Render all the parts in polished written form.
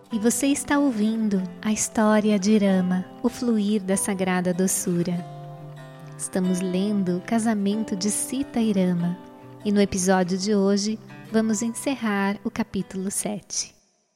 e você está ouvindo a história de Rama, o fluir da sagrada doçura. Estamos lendo o casamento de Sita e Rama e no episódio de hoje vamos encerrar o capítulo 7.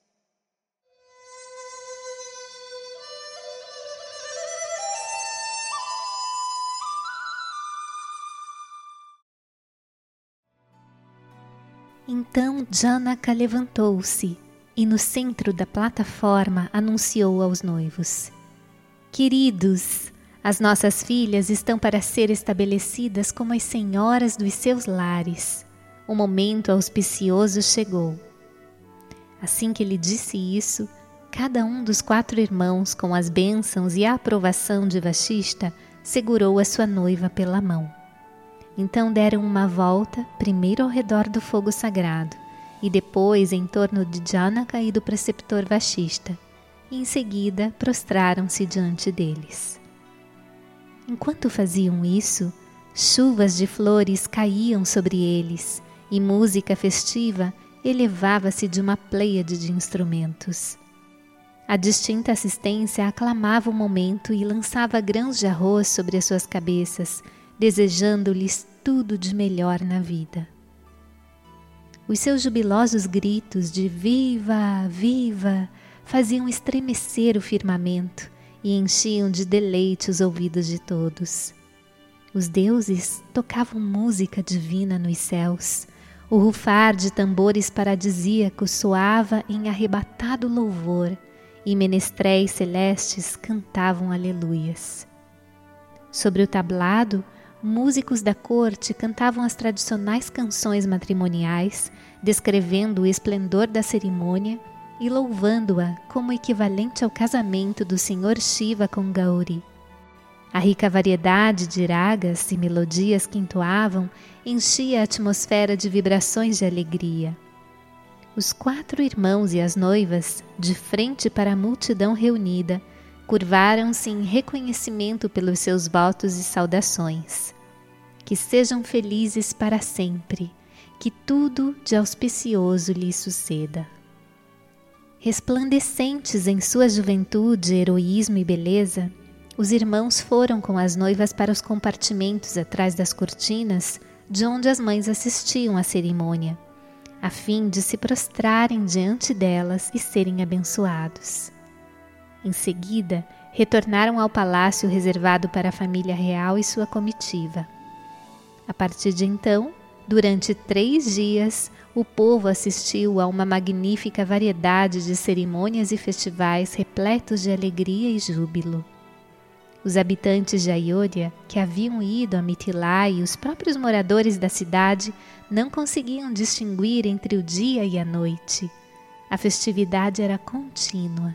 Então Janaka levantou-se e no centro da plataforma anunciou aos noivos: Queridos, as nossas filhas estão para ser estabelecidas como as senhoras dos seus lares. O momento auspicioso chegou. Assim que ele disse isso, cada um dos 4 irmãos, com as bênçãos e a aprovação de Vashishta, segurou a sua noiva pela mão. Então deram uma volta, primeiro ao redor do fogo sagrado, e depois em torno de Janaka e do preceptor Vashishta, e em seguida prostraram-se diante deles. Enquanto faziam isso, chuvas de flores caíam sobre eles, e música festiva elevava-se de uma pleiade de instrumentos. A distinta assistência aclamava o momento e lançava grãos de arroz sobre as suas cabeças, desejando-lhes tudo de melhor na vida. Os seus jubilosos gritos de viva, viva, faziam estremecer o firmamento e enchiam de deleite os ouvidos de todos. Os deuses tocavam música divina nos céus. O rufar de tambores paradisíacos soava em arrebatado louvor e menestréis celestes cantavam aleluias. Sobre o tablado, músicos da corte cantavam as tradicionais canções matrimoniais, descrevendo o esplendor da cerimônia e louvando-a como equivalente ao casamento do Senhor Shiva com Gauri. A rica variedade de ragas e melodias que entoavam enchia a atmosfera de vibrações de alegria. Os 4 irmãos e as noivas, de frente para a multidão reunida, curvaram-se em reconhecimento pelos seus votos e saudações. Que sejam felizes para sempre, que tudo de auspicioso lhes suceda. Resplandecentes em sua juventude, heroísmo e beleza, os irmãos foram com as noivas para os compartimentos atrás das cortinas, de onde as mães assistiam à cerimônia, a fim de se prostrarem diante delas e serem abençoados. Em seguida, retornaram ao palácio reservado para a família real e sua comitiva. A partir de então, durante 3 dias, o povo assistiu a uma magnífica variedade de cerimônias e festivais repletos de alegria e júbilo. Os habitantes de Ayodhya, que haviam ido a Mithila, e os próprios moradores da cidade não conseguiam distinguir entre o dia e a noite. A festividade era contínua.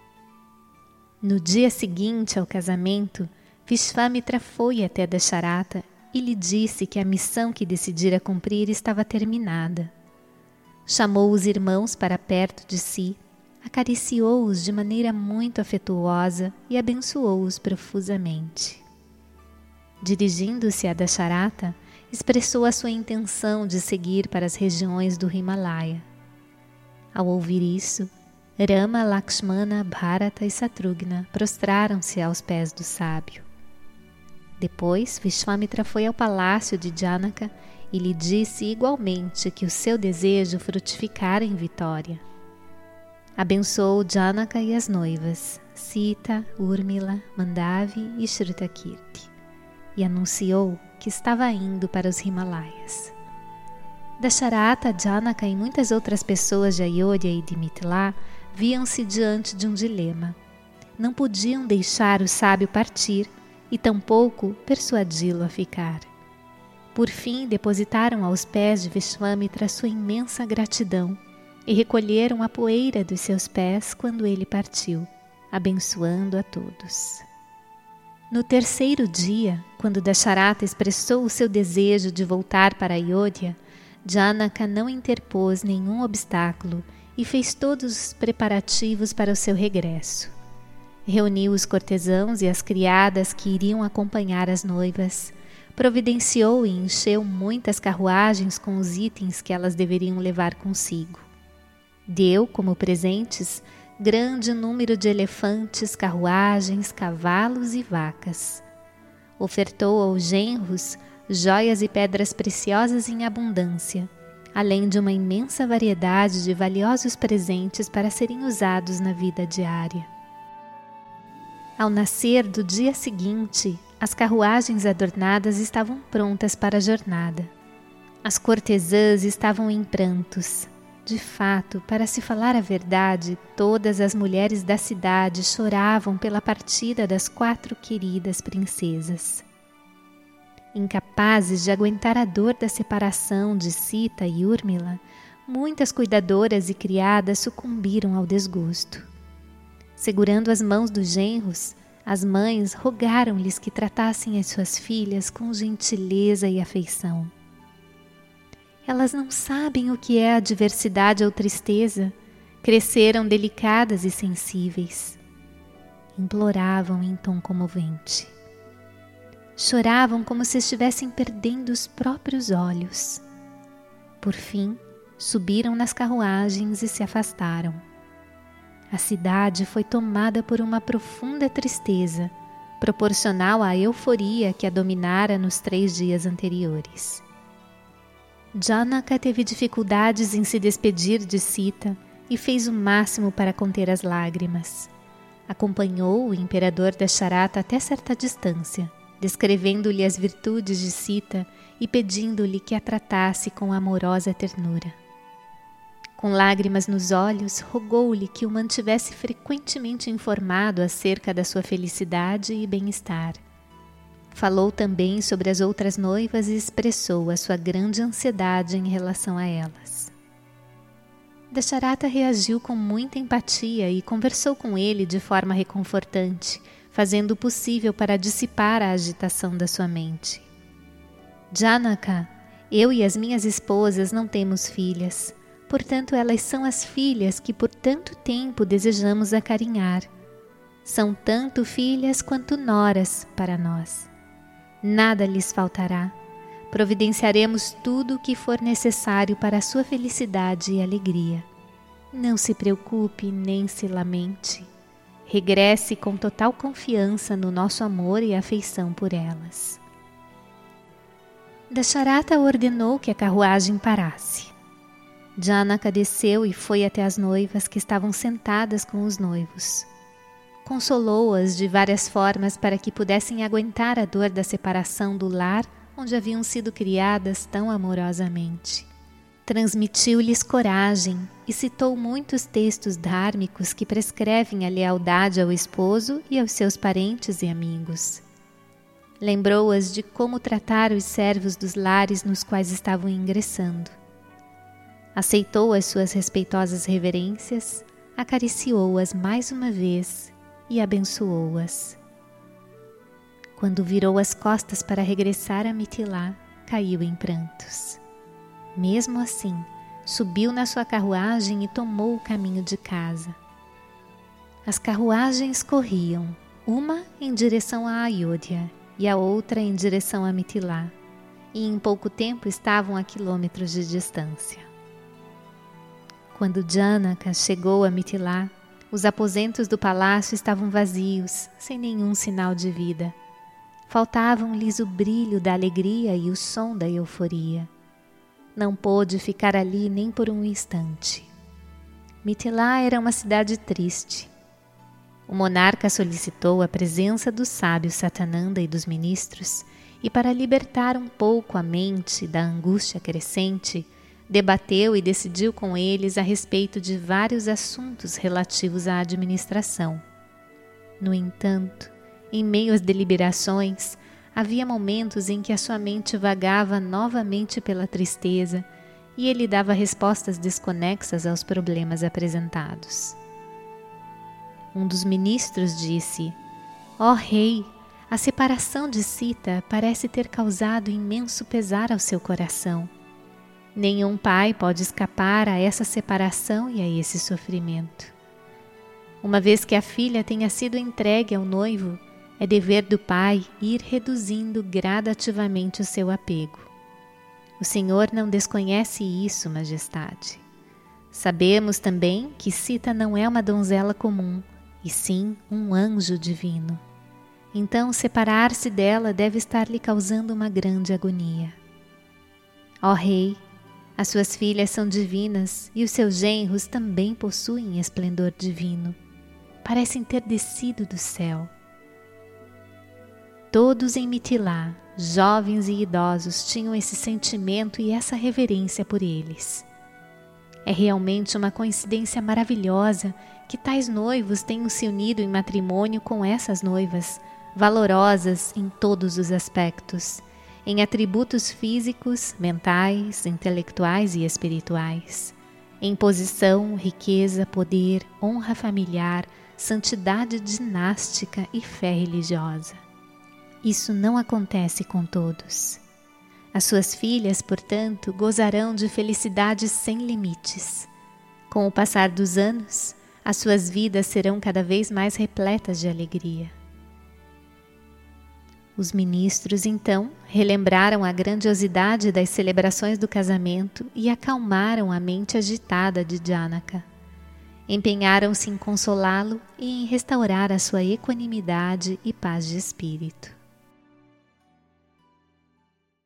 No dia seguinte ao casamento, Vishvamitra foi até Dasharatha e lhe disse que a missão que decidira cumprir estava terminada. Chamou os irmãos para perto de si, acariciou-os de maneira muito afetuosa e abençoou-os profusamente. Dirigindo-se a Dasharatha, expressou a sua intenção de seguir para as regiões do Himalaia. Ao ouvir isso, Rama, Lakshmana, Bharata e Satrughna prostraram-se aos pés do sábio. Depois, Vishvamitra foi ao palácio de Janaka e lhe disse igualmente que o seu desejo frutificara em vitória. Abençoou Janaka e as noivas, Sita, Urmila, Mandavi e Shrutakirti, e anunciou que estava indo para os Himalaias. Dasharatha, Janaka e muitas outras pessoas de Ayodhya e de Mithila viam-se diante de um dilema. Não podiam deixar o sábio partir e tampouco persuadi-lo a ficar. Por fim, depositaram aos pés de Vishvamitra sua imensa gratidão e recolheram a poeira dos seus pés quando ele partiu, abençoando a todos. No 3º dia, quando Dasharatha expressou o seu desejo de voltar para Ayodhya, Janaka não interpôs nenhum obstáculo e fez todos os preparativos para o seu regresso. Reuniu os cortesãos e as criadas que iriam acompanhar as noivas, providenciou e encheu muitas carruagens com os itens que elas deveriam levar consigo. Deu como presentes grande número de elefantes, carruagens, cavalos e vacas. Ofertou aos genros joias e pedras preciosas em abundância, além de uma imensa variedade de valiosos presentes para serem usados na vida diária. Ao nascer do dia seguinte, as carruagens adornadas estavam prontas para a jornada. As cortesãs estavam em prantos. De fato, para se falar a verdade, todas as mulheres da cidade choravam pela partida das 4 queridas princesas. Incapazes de aguentar a dor da separação de Sita e Úrmila, muitas cuidadoras e criadas sucumbiram ao desgosto. Segurando as mãos dos genros, as mães rogaram-lhes que tratassem as suas filhas com gentileza e afeição. Elas não sabem o que é adversidade ou tristeza, cresceram delicadas e sensíveis. Imploravam em tom comovente. Choravam como se estivessem perdendo os próprios olhos. Por fim, subiram nas carruagens e se afastaram. A cidade foi tomada por uma profunda tristeza, proporcional à euforia que a dominara nos 3 dias anteriores. Janaka teve dificuldades em se despedir de Sita e fez o máximo para conter as lágrimas. Acompanhou o imperador Dasharata até certa distância, descrevendo-lhe as virtudes de Sita e pedindo-lhe que a tratasse com amorosa ternura. Com lágrimas nos olhos, rogou-lhe que o mantivesse frequentemente informado acerca da sua felicidade e bem-estar. Falou também sobre as outras noivas e expressou a sua grande ansiedade em relação a elas. Dasharata reagiu com muita empatia e conversou com ele de forma reconfortante, fazendo o possível para dissipar a agitação da sua mente. Janaka, eu e as minhas esposas não temos filhas, portanto elas são as filhas que por tanto tempo desejamos acarinhar. São tanto filhas quanto noras para nós. Nada lhes faltará. Providenciaremos tudo o que for necessário para a sua felicidade e alegria. Não se preocupe nem se lamente. Regresse com total confiança no nosso amor e afeição por elas. Dasharata ordenou que a carruagem parasse. Janaka desceu e foi até as noivas que estavam sentadas com os noivos. Consolou-as de várias formas para que pudessem aguentar a dor da separação do lar onde haviam sido criadas tão amorosamente. Transmitiu-lhes coragem e citou muitos textos dhármicos que prescrevem a lealdade ao esposo e aos seus parentes e amigos. Lembrou-as de como tratar os servos dos lares nos quais estavam ingressando. Aceitou as suas respeitosas reverências, acariciou-as mais uma vez e abençoou-as. Quando virou as costas para regressar a Mithila, caiu em prantos. Mesmo assim, subiu na sua carruagem e tomou o caminho de casa. As carruagens corriam, uma em direção a Ayodhya e a outra em direção a Mithila, e em pouco tempo estavam a quilômetros de distância. Quando Janaka chegou a Mithila, os aposentos do palácio estavam vazios, sem nenhum sinal de vida. Faltavam-lhes o brilho da alegria e o som da euforia. Não pôde ficar ali nem por um instante. Mithila era uma cidade triste. O monarca solicitou a presença do sábio Satananda e dos ministros, e para libertar um pouco a mente da angústia crescente, debateu e decidiu com eles a respeito de vários assuntos relativos à administração. No entanto, em meio às deliberações, havia momentos em que a sua mente vagava novamente pela tristeza e ele dava respostas desconexas aos problemas apresentados. Um dos ministros disse: "Ó rei, a separação de Sita parece ter causado imenso pesar ao seu coração. Nenhum pai pode escapar a essa separação e a esse sofrimento. Uma vez que a filha tenha sido entregue ao noivo, é dever do pai ir reduzindo gradativamente o seu apego. O Senhor não desconhece isso, Majestade. Sabemos também que Sita não é uma donzela comum, e sim um anjo divino. Então, separar-se dela deve estar lhe causando uma grande agonia. Ó rei, as suas filhas são divinas e os seus genros também possuem esplendor divino. Parecem ter descido do céu. Todos em Mitilá, jovens e idosos, tinham esse sentimento e essa reverência por eles. É realmente uma coincidência maravilhosa que tais noivos tenham se unido em matrimônio com essas noivas, valorosas em todos os aspectos, em atributos físicos, mentais, intelectuais e espirituais, em posição, riqueza, poder, honra familiar, santidade dinástica e fé religiosa. Isso não acontece com todos. As suas filhas, portanto, gozarão de felicidade sem limites. Com o passar dos anos, as suas vidas serão cada vez mais repletas de alegria. Os ministros, então, relembraram a grandiosidade das celebrações do casamento e acalmaram a mente agitada de Janaka. Empenharam-se em consolá-lo e em restaurar a sua equanimidade e paz de espírito.